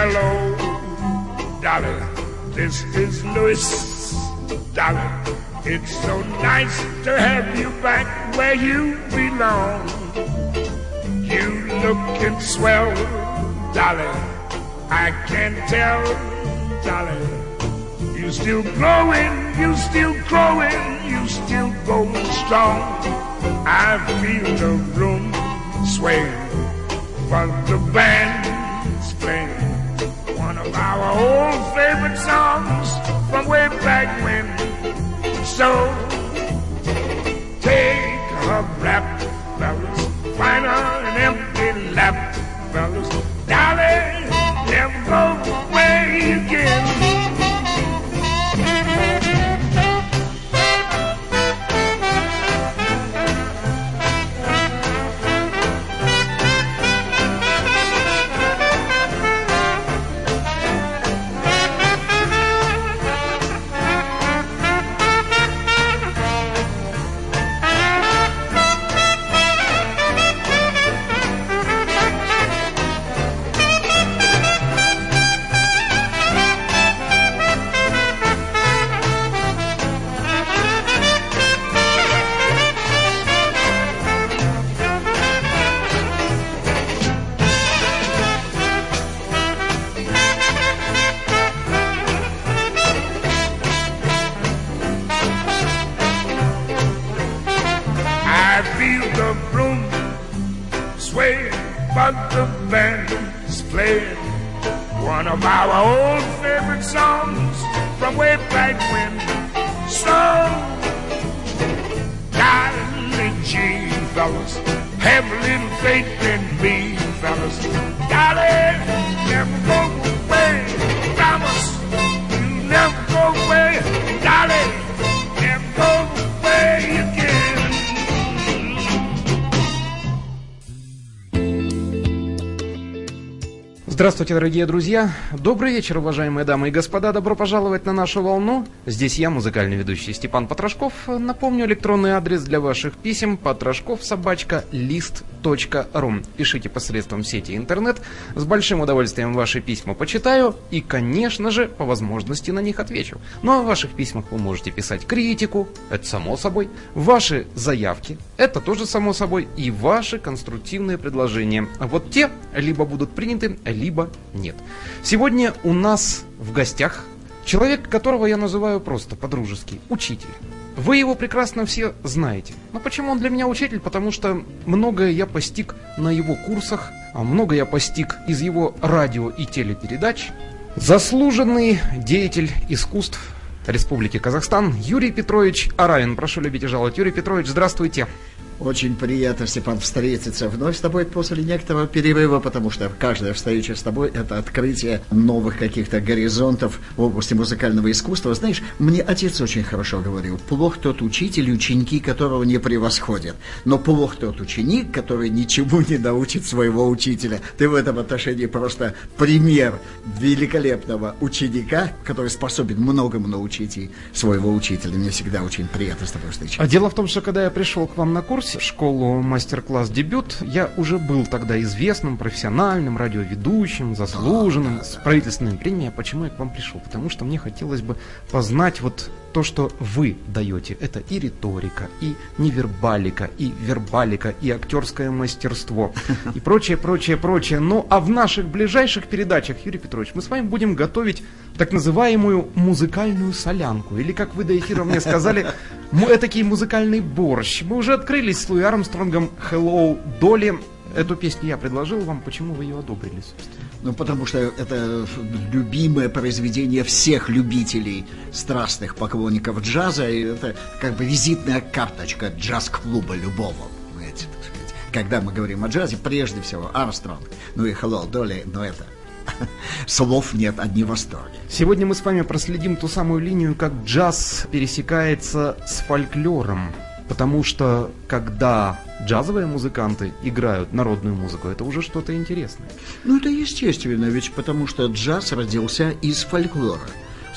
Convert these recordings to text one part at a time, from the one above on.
Hello, Dolly, this is Louis. Dolly, it's so nice to have you back where you belong. You lookin' swell, Dolly, I can tell, Dolly. You still glowing, you still growing, you still going strong. I feel the room swaying while the band's playing one of our old favorite songs from way back when. So take a rap, fellas, find her an empty lap, fellas. Dolly, never go away again. Здравствуйте, дорогие друзья! Добрый вечер, уважаемые дамы и господа! Добро пожаловать на нашу волну. Здесь я, музыкальный ведущий Степан Потрошков. Напомню, электронный адрес для ваших писем: потрошков@list.ru. Пишите посредством сети интернет. С большим удовольствием ваши письма почитаю и, конечно же, по возможности на них отвечу. Ну а в ваших письмах вы можете писать критику, это само собой, ваши заявки, это тоже само собой, и ваши конструктивные предложения. А вот те либо будут приняты, либо нет. Сегодня у нас в гостях человек, которого я называю просто по-дружески учитель. Вы его прекрасно все знаете. Но почему он для меня учитель? Потому что многое я постиг на его курсах, а многое я постиг из его радио и телепередач. Заслуженный деятель искусств Республики Казахстан Юрий Петрович Аравин. Прошу любить и жаловать. Юрий Петрович, здравствуйте. Очень приятно, Степан, встретиться вновь с тобой после некоторого перерыва, потому что каждая встреча с тобой – это открытие новых каких-то горизонтов в области музыкального искусства. Знаешь, мне отец очень хорошо говорил: плох тот учитель, ученики которого не превосходят, но плох тот ученик, который ничему не научит своего учителя. Ты в этом отношении просто пример великолепного ученика, который способен многому научить и своего учителя. Мне всегда очень приятно с тобой встречаться. А дело в том, что когда я пришел к вам на курс, школу мастер-класс «Дебют», я уже был тогда известным, профессиональным радиоведущим, заслуженным, с правительственной премией. Почему я к вам пришел? Потому что мне хотелось бы познать вот то, что вы даете. Это и риторика, и невербалика, и вербалика, и актерское мастерство, и прочее, прочее, прочее. Ну, а в наших ближайших передачах, Юрий Петрович, мы с вами будем готовить так называемую музыкальную солянку. Или, как вы до эфира мне сказали, этакий музыкальный борщ. Мы уже открылись с Луи Армстронгом «Hello, Dolly». Эту песню я предложил вам. Почему вы ее одобрили, собственно? Ну, потому что это любимое произведение всех любителей, страстных поклонников джаза. И это как бы визитная карточка джаз-клуба любого. Понимаете, так сказать. Когда мы говорим о джазе, прежде всего Армстронг, ну и «Hello, Dolly», но это... слов нет, одни восторги. Сегодня мы с вами проследим ту самую линию, как джаз пересекается с фольклором. Потому что, когда джазовые музыканты играют народную музыку, это уже что-то интересное. Ну, это естественно, ведь потому что джаз родился из фольклора.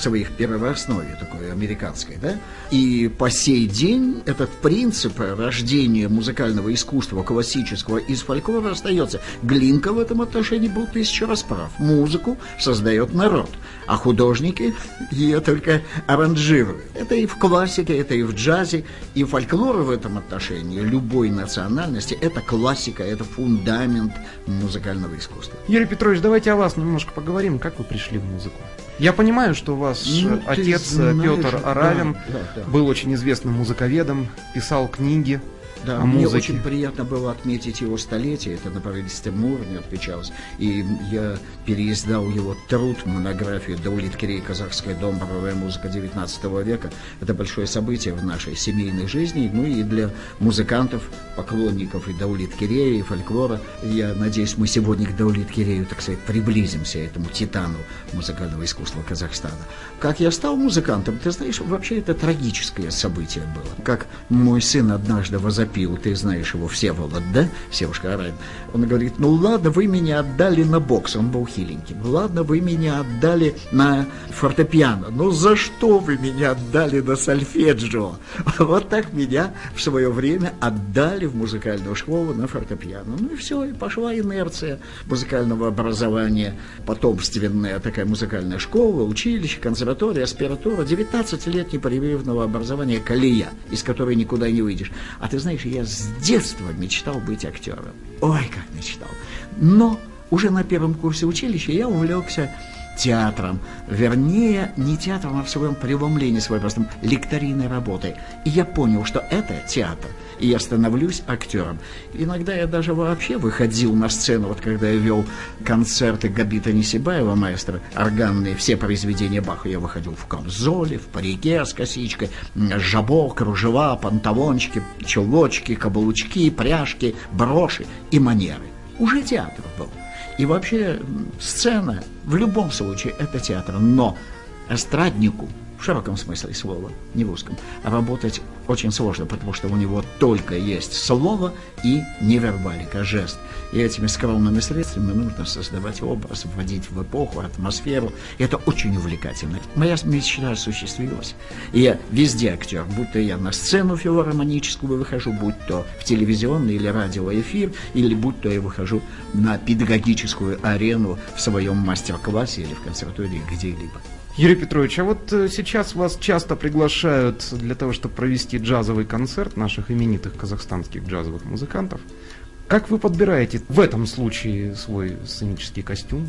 в своих первооснове, такой американской, да? И по сей день этот принцип рождения музыкального искусства классического из фольклора остается. Глинка в этом отношении был 1000 раз прав. Музыку создает народ, а художники ее только аранжируют. Это и в классике, это и в джазе, и фольклор в этом отношении любой национальности – это классика, это фундамент музыкального искусства. Юрий Петрович, давайте о вас немножко поговорим. Как вы пришли в музыку? Я понимаю, что ваш отец Петр Аравин был очень известным музыковедом, писал книги. Да, мне очень приятно было отметить его столетие, это на правительстве Муроме отмечалось, и я переиздал его труд, монографию «Даулет Керей. Казахская домбровая музыка XIX века». Это большое событие в нашей семейной жизни, ну и для музыкантов, поклонников и Даулет Керея, и фольклора. Я надеюсь, мы сегодня к Даулет Керею, так сказать, приблизимся, этому титану музыкального искусства Казахстана. Как я стал музыкантом, ты знаешь, вообще это трагическое событие было. Как мой сын однажды возопил, ты знаешь его, Всеволод, да? Севушка Аравин. Он говорит, ну ладно, вы меня отдали на бокс, он был хиленьким. Ладно, вы меня отдали на фортепиано. Но за что вы меня отдали на сольфеджио? Вот так меня в свое время отдали в музыкальную школу на фортепиано. Ну и все, и пошла инерция музыкального образования, потомственная такая музыкальная школа, училище, консерватория, аспиратура, 19 лет непрерывного образования, колея, из которой никуда не выйдешь. А ты знаешь, я с детства мечтал быть актером. Ой, как мечтал. Но уже на первом курсе училища я увлекся театром. Вернее, не театром, а в своем преломлении, своей просто лекторийной работой. И я понял, что это театр. И я становлюсь актером. Иногда я даже вообще выходил на сцену, вот когда я вел концерты Габита Несибаева, маэстро, органные, все произведения Баха, я выходил в камзоле, в парике с косичкой, жабо, кружева, панталончики, чулочки, каблучки, пряжки, броши и манеры. Уже театр был. И вообще сцена в любом случае это театр. Но эстраднику, в широком смысле слова, не в узком, работать очень сложно, потому что у него только есть слово и невербалика, жест. И этими скромными средствами нужно создавать образ, вводить в эпоху, атмосферу. И это очень увлекательно. Моя мечта осуществилась. И я везде актер, будь то я на сцену филармоническую выхожу, будь то в телевизионный или радиоэфир, или будь то я выхожу на педагогическую арену в своем мастер-классе или в консерватории где-либо. Юрий Петрович, а вот сейчас вас часто приглашают для того, чтобы провести джазовый концерт наших именитых казахстанских джазовых музыкантов. Как вы подбираете в этом случае свой сценический костюм?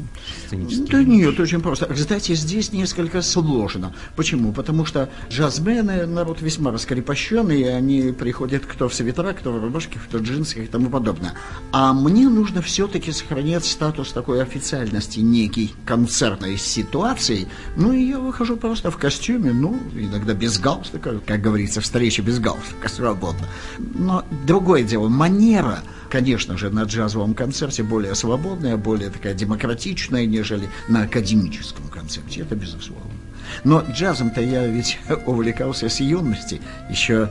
Да нет, очень просто. Кстати, здесь несколько сложно. Почему? Потому что джазмены народ весьма раскрепощенный, и они приходят кто в свитера, кто в рубашке, кто в джинсах и тому подобное. А мне нужно все-таки сохранять статус такой официальности, некий концертной ситуации. Ну и я выхожу просто в костюме, ну, иногда без галстука, как говорится, встреча без галстука, свободно. Но другое дело, манера, конечно же, на джазовом концерте более свободная, более такая демократичная, нежели на академическом концерте. Это безусловно. Но джазом-то я ведь увлекался с юности. Еще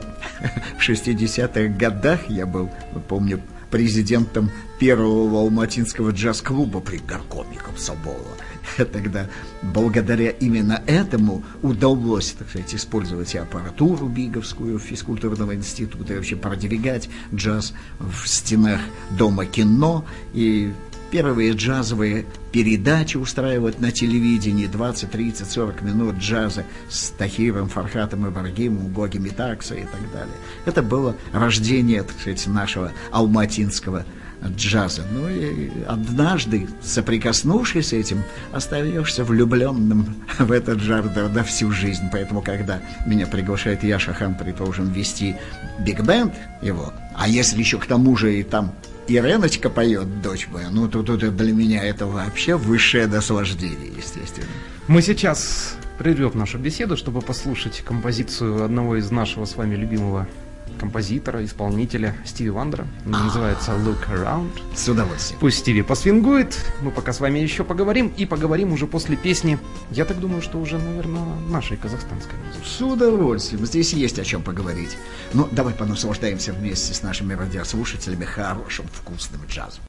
в 60-х годах я был, помню, президентом первого алматинского джаз-клуба при горкоме Комсомола. Тогда благодаря именно этому удалось, так сказать, использовать и аппаратуру биговскую физкультурного института, и вообще продвигать джаз в стенах Дома кино, и первые джазовые передачи устраивать на телевидении, 20, 30, 40 минут джаза с Тахиром, Фархатом Ибрагимовым, Гоги Митакса и так далее. Это было рождение, так сказать, нашего алматинского джаза. Ну и однажды, соприкоснувшись с этим, остаешься влюбленным в этот жанр на всю жизнь. Поэтому, когда меня приглашает Яша Хантри, должен вести биг-бенд его, а если еще к тому же и там Иреночка поет, дочь моя, ну тут для меня это вообще высшее наслаждение, естественно. Мы сейчас прервем нашу беседу, чтобы послушать композицию одного из нашего с вами любимого композитора, исполнителя Стиви Вандера. Она называется «Look Around». С удовольствием. Пусть Стиви посвингует. Мы пока с вами еще поговорим. И поговорим уже после песни, я так думаю, что уже, наверное, нашей казахстанской музыки. С удовольствием. Здесь есть о чем поговорить. Ну, давай понаслаждаемся вместе с нашими радиослушателями хорошим, вкусным джазом.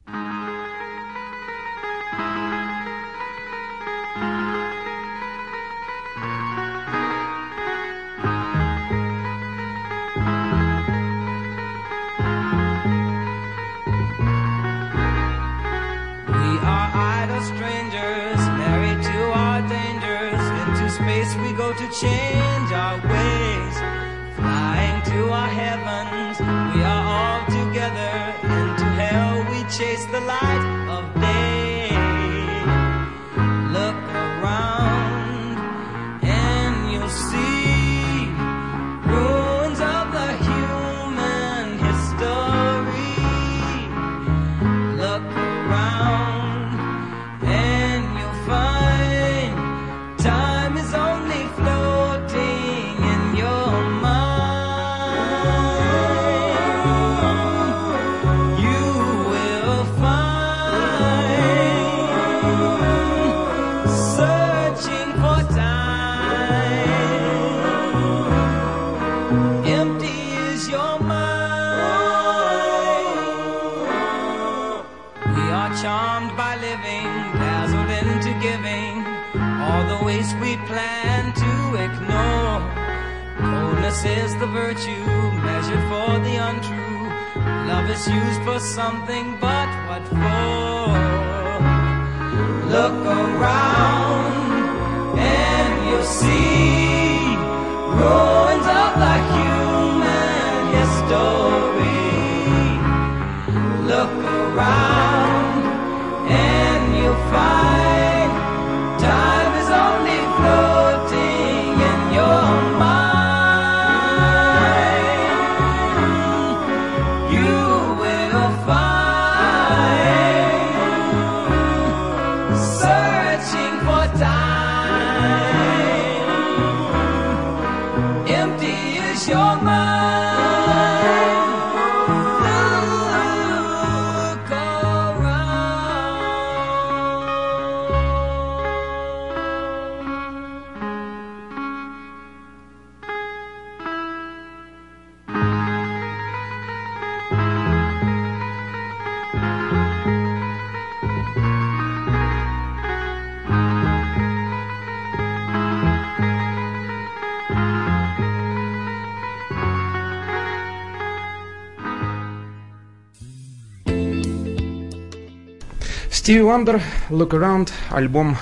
space we go to change our ways. Flying to our heavens, we are all together. Into hell we chase the light of day. Look around and you'll see ruins of the human history. Look around and you'll find time is only floating in your mind. You will find, searching for time. Empty is your mind. We are charmed by living, dazzled into giving. All the waste we plan to ignore. Coldness is the virtue measured for the untrue. Love is used for something, but what for? Look around and you'll see ruins of the human history. Look around and you'll find time is only floating in your mind. You will find, searching for time. Empty is your mind. Look Стиви Вандер, Look Around, альбом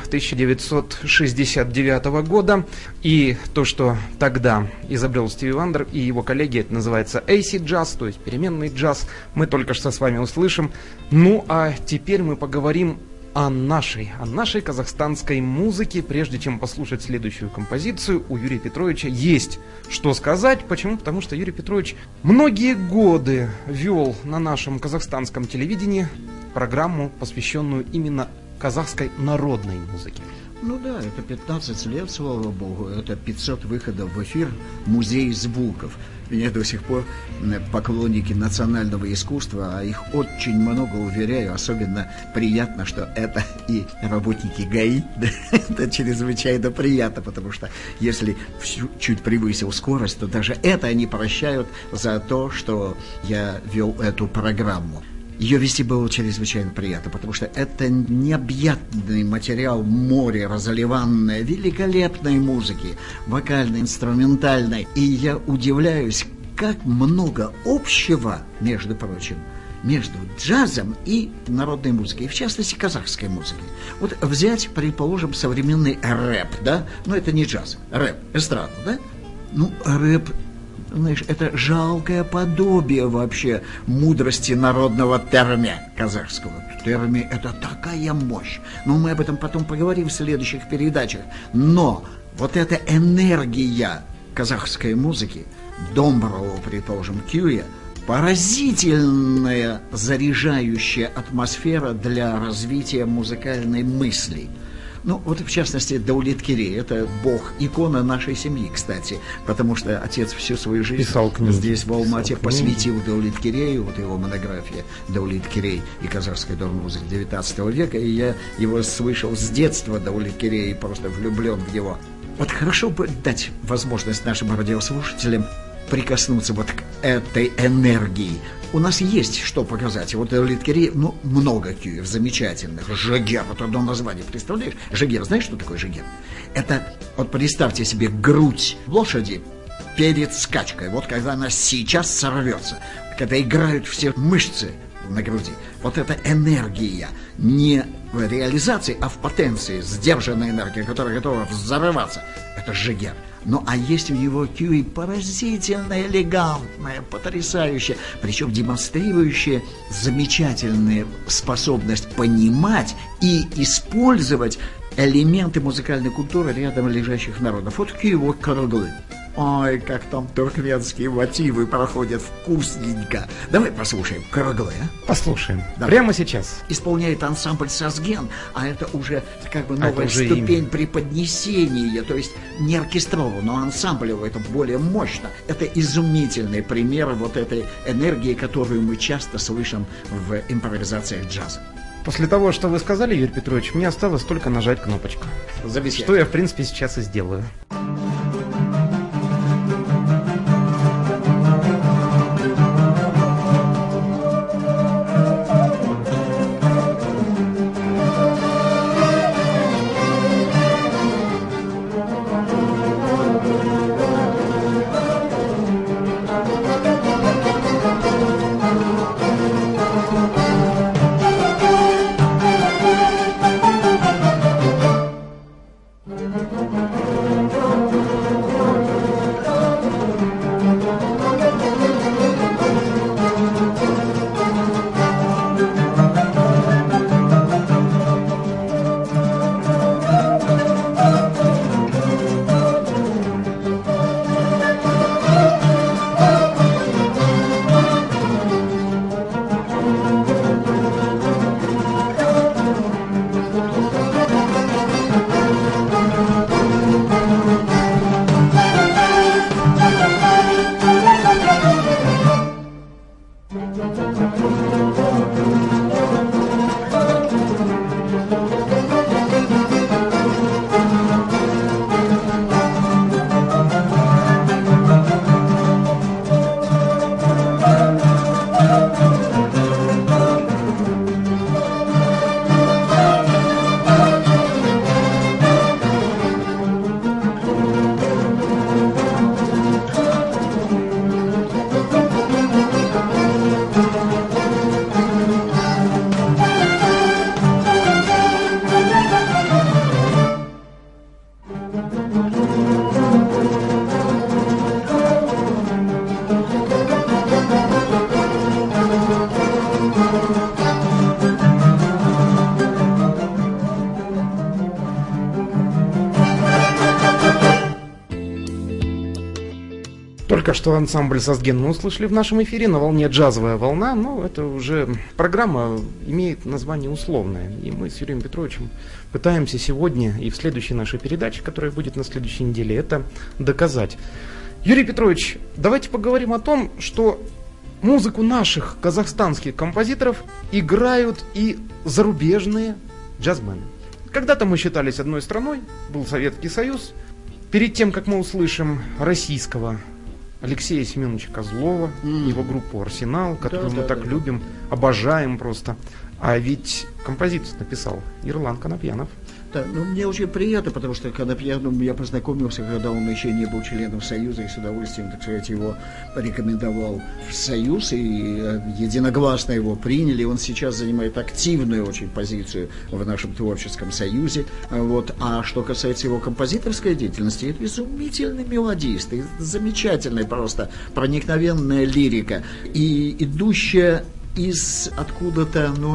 1969 года. И то, что тогда изобрел Стиви Вандер и его коллеги, это называется acid jazz, то есть переменный джаз, мы только что с вами услышим. Ну, а теперь мы поговорим о нашей казахстанской музыке. Прежде чем послушать следующую композицию, у Юрия Петровича есть что сказать. Почему? Потому что Юрий Петрович многие годы вел на нашем казахстанском телевидении программу, посвященную именно казахской народной музыке. Ну да, это 15 лет, слава богу, это 500 выходов в эфир, музей звуков. Меня до сих пор поклонники национального искусства, а их очень много, уверяю, особенно приятно, что это и работники ГАИ. Это чрезвычайно приятно, потому что если чуть превысил скорость, то даже это они прощают за то, что я вел эту программу. Ее вести было чрезвычайно приятно, потому что это необъятный материал, море разливанное, великолепной музыки, вокальной, инструментальной. И я удивляюсь, как много общего, между прочим, между джазом и народной музыкой, и в частности казахской музыкой. Вот взять, предположим, современный рэп, да? Но это не джаз, рэп, эстраду, да? Ну, рэп... Знаешь, это жалкое подобие вообще мудрости народного терме казахского. Терме – это такая мощь. Но мы об этом потом поговорим в следующих передачах. Но вот эта энергия казахской музыки, домбрового, предположим, кюя, поразительная заряжающая атмосфера для развития музыкальной мысли. Ну, вот в частности, Даулет Керей, это бог, икона нашей семьи, кстати, потому что отец всю свою жизнь здесь, в Алмате, посвятил Даулет Керею, вот его монография «Даулет Керей и казахская дом-музыка XIX века», и я его слышал с детства, Даулет Керей, и просто влюблен в него. Вот хорошо бы дать возможность нашим радиослушателям прикоснуться вот к этой энергии. У нас есть что показать. Вот Даулет Керей, ну, много кюев замечательных. Жагер, вот одно название, представляешь? Жагер, знаешь, что такое жагер? Это, вот представьте себе грудь лошади перед скачкой. Вот когда она сейчас сорвется, когда играют все мышцы на груди. Вот эта энергия не в реализации, а в потенции, сдержанная энергия, которая готова взорваться. это Жигер. Ну, а есть у него кюи поразительно элегантная, потрясающая, причем демонстрирующая замечательную способность понимать и использовать элементы музыкальной культуры рядом лежащих народов. Вот кюи его Караглы. Ой, как там туркменские мотивы проходят вкусненько. Давай послушаем Караглы, а? Послушаем. Да. Прямо сейчас. Исполняет ансамбль «Сазген», а это уже как бы новая уже ступень имя. преподнесения, то есть не ансамблево, но ансамблево, это более мощно. Это изумительный пример вот этой энергии, которую мы часто слышим в импровизациях джаза. После того, что вы сказали, Юрий Петрович, мне осталось только нажать кнопочку. Замечательно. Что я, в принципе, сейчас и сделаю. Только что ансамбль «Сазген» мы услышали в нашем эфире на волне «Джазовая волна», но это уже программа имеет название условное, и мы с Юрием Петровичем пытаемся сегодня и в следующей нашей передаче, которая будет на следующей неделе, это доказать. Юрий Петрович, давайте поговорим о том, что музыку наших казахстанских композиторов играют и зарубежные джазмены. Когда-то мы считались одной страной, был Советский Союз. Перед тем, как мы услышим российского Алексея Семеновича Козлова, его группу «Арсенал», которую мы так любим, обожаем просто. А ведь композицию написал Ерлан Конопьянов. Да, ну, мне очень приятно, потому что Конопьяном я познакомился, когда он еще не был членом Союза, и с удовольствием, так сказать, его порекомендовал в Союз, и единогласно его приняли. Он сейчас занимает активную очень позицию в нашем творческом союзе. Вот. А что касается его композиторской деятельности, это изумительный мелодист, и замечательная просто проникновенная лирика, и идущая из откуда-то, ну,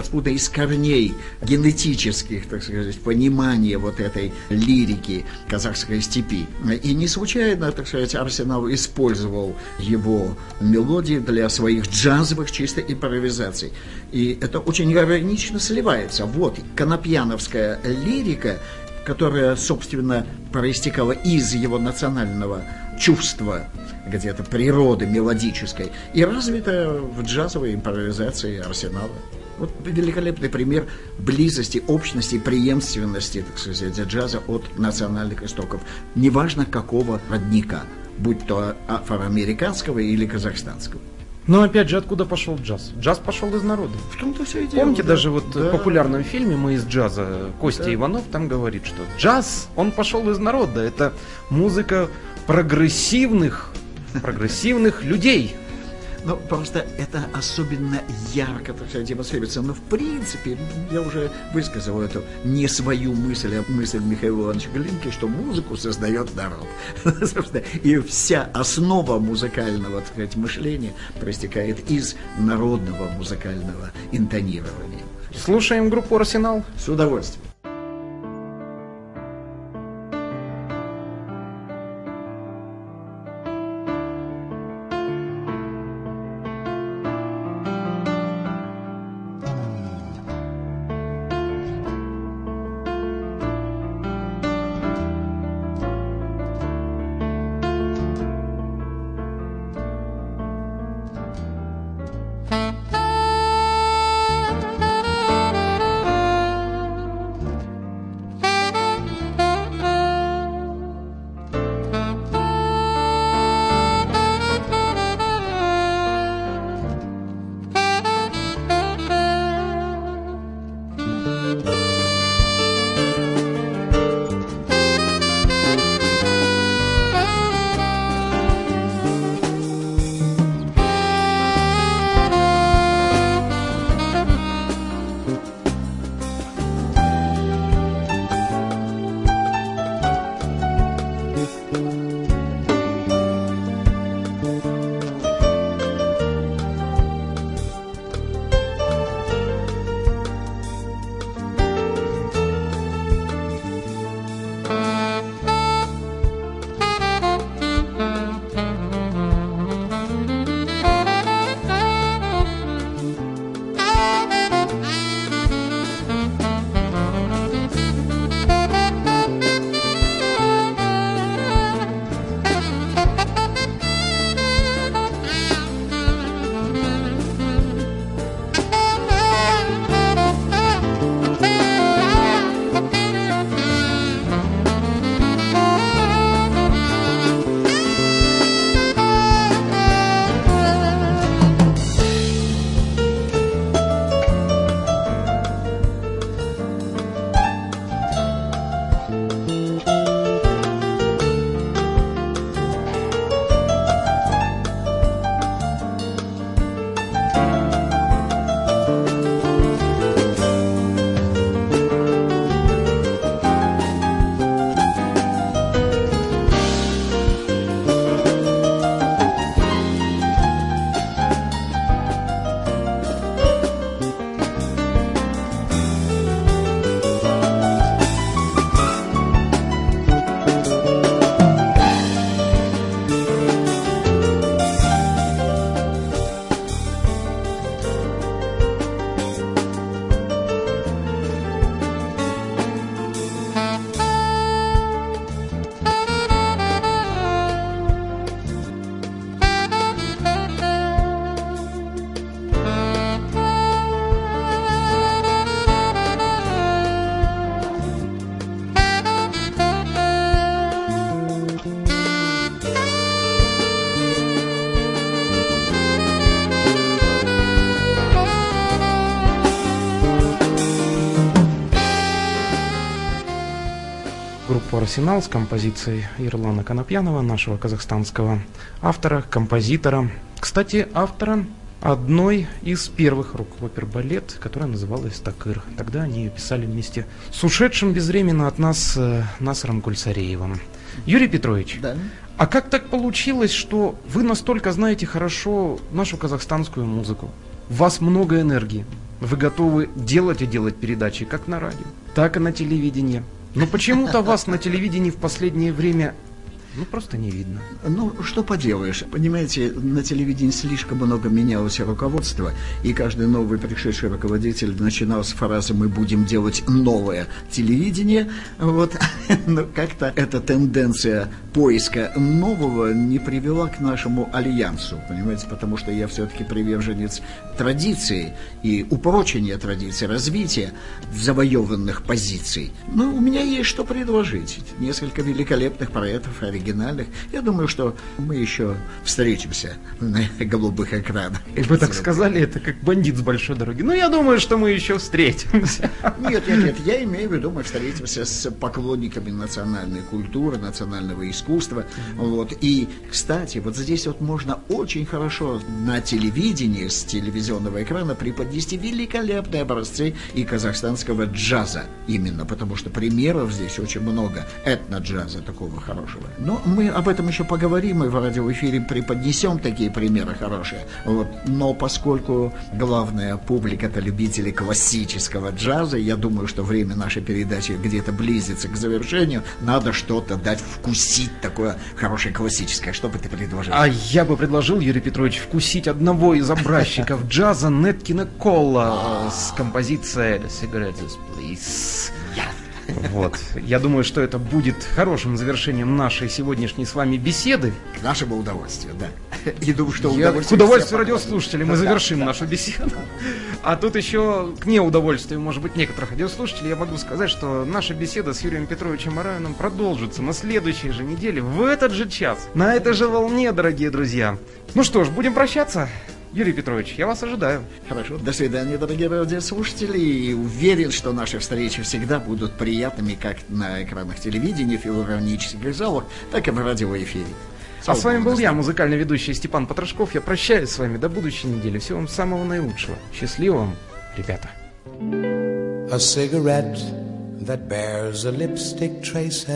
из корней генетических, так сказать, понимания вот этой лирики казахской степи. И не случайно, так сказать, Арсенал использовал его мелодии для своих джазовых чисто импровизаций. И это очень гармонично сливается. Вот конопьяновская лирика, которая, собственно, проистекала из его национального чувства, где-то природы мелодической, и развита в джазовой импровизации Арсенала. Вот великолепный пример близости, общности, преемственности, так сказать, джаза от национальных истоков, неважно какого родника, будь то афроамериканского или казахстанского. Но опять же, откуда пошел джаз? Джаз пошел из народа. В том-то все и дело. Помните, даже вот в популярном фильме «Мы из джаза» Костя Иванов там говорит, что джаз, он пошел из народа. Это музыка прогрессивных людей. Ну, просто это особенно ярко, так сказать, демонстрируется. Но, в принципе, я уже высказал эту не свою мысль, а мысль Михаила Ивановича Глинки, что музыку создает народ. И вся основа музыкального, так сказать, мышления проистекает из народного музыкального интонирования. Слушаем группу «Арсенал». С удовольствием. группу «Арсенал» с композицией Ерлана Конопьянова, нашего казахстанского автора, композитора. Кстати, автора одной из первых рок-опер балет, которая называлась «Такыр». Тогда они ее писали вместе с ушедшим безвременно от нас Насаром Гульсареевым. Юрий Петрович, Да. А как так получилось, что вы настолько знаете хорошо нашу казахстанскую музыку? У вас много энергии. Вы готовы делать и делать передачи как на радио, так и на телевидении. Но почему-то вас на телевидении в последнее время просто не видно. Ну, что поделаешь. Понимаете, на телевидении слишком много менялось руководство, и каждый новый пришедший руководитель начинал с фразы «мы будем делать новое телевидение». Вот. Но как-то эта тенденция поиска нового не привела к нашему альянсу, понимаете, потому что я все-таки приверженец традиции и упрочения традиций, развития завоеванных позиций. Но у меня есть что предложить. Несколько великолепных проектов, оригинальных, оригинальных. Я думаю, что мы еще встретимся на голубых экранах. Вы так сказали, это как бандит с большой дороги. Ну, я думаю, что мы еще встретимся. Нет, я имею в виду, мы встретимся с поклонниками национальной культуры, национального искусства. Вот. И, кстати, вот здесь вот можно очень хорошо на телевидении, с телевизионного экрана преподнести великолепные образцы и казахстанского джаза. Именно потому, что примеров здесь очень много этно-джаза такого хорошего. Но мы об этом еще поговорим, и в радиоэфире преподнесем такие примеры хорошие. Вот. Но поскольку главная публика — это любители классического джаза, я думаю, что время нашей передачи где-то близится к завершению, надо что-то дать вкусить такое хорошее классическое. Что бы ты предложил? А я бы предложил, Юрий Петрович, вкусить одного из образчиков джаза Нэт Кинг Кола с композицией «Cigarettes, Please». Вот. Я думаю, что это будет хорошим завершением нашей сегодняшней с вами беседы. К нашему удовольствию, да. И думаю, что к удовольствию радиослушателей мы завершим нашу беседу. А тут еще к неудовольствию, может быть, некоторых радиослушателей я могу сказать, что наша беседа с Юрием Петровичем Араевым продолжится на следующей же неделе, в этот же час, на этой же волне, дорогие друзья. Ну что ж, будем прощаться. Юрий Петрович, я вас ожидаю. Хорошо. До свидания, дорогие радиослушатели. И уверен, что наши встречи всегда будут приятными как на экранах телевидения, в филармонических залах, так и в радиоэфире. А с вами был я, музыкальный ведущий Степан Потрошков. Я прощаюсь с вами до будущей недели. Всего вам самого наилучшего. Счастливо вам, ребята. A cigarette that bears a lipstick traces,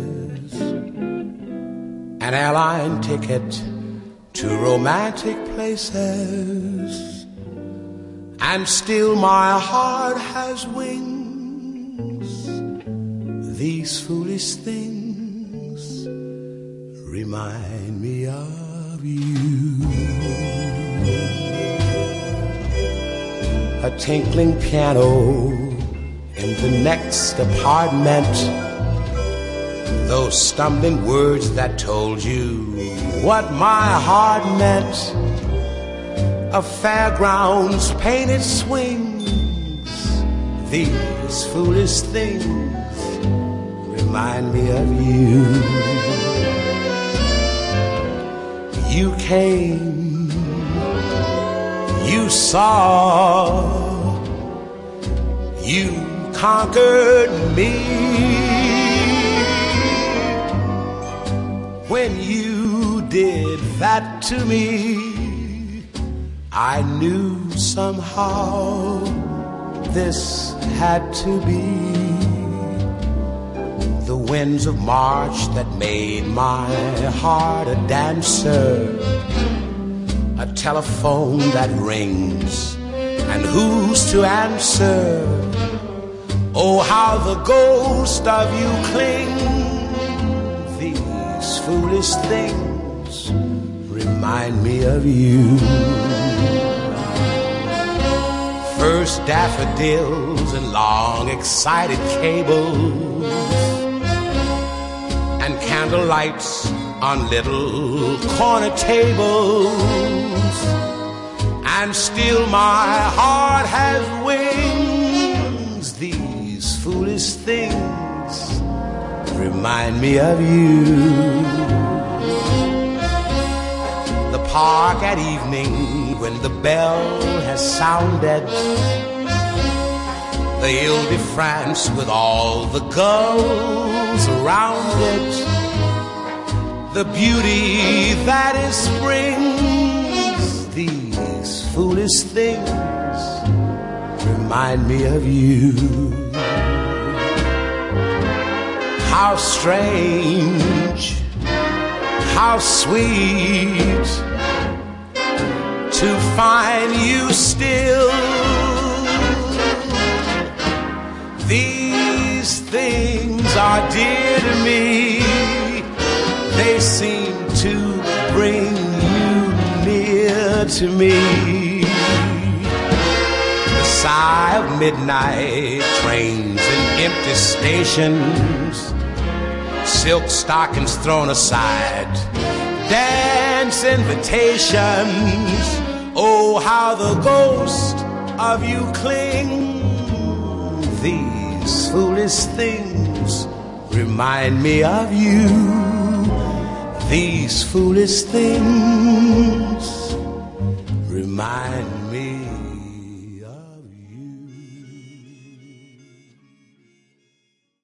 an airline ticket to romantic places, and still my heart has wings. These foolish things remind me of you. A tinkling piano in the next apartment, those stumbling words that told you what my heart meant. A fairground's painted swings. These foolish things remind me of you. You came, you saw, you conquered me. When you did that to me, I knew somehow this had to be. The winds of March that made my heart a dancer, a telephone that rings and who's to answer? Oh, how the ghost of you clings. These foolish things remind me of you. First daffodils and long excited cables, and candle lights on little corner tables, and still my heart has wings. These foolish things remind me of you. The park at evening when the bell has sounded, the Ile-de-France with all the girls around it, the beauty that is spring's. These foolish things remind me of you. How strange, how sweet to find you still. These things are dear to me. They seem to bring you near to me. The sigh of midnight trains and empty stations, silk stockings thrown aside, dance invitations. Oh, how the ghost of you clings. These foolish things remind me of you. these foolish things remind me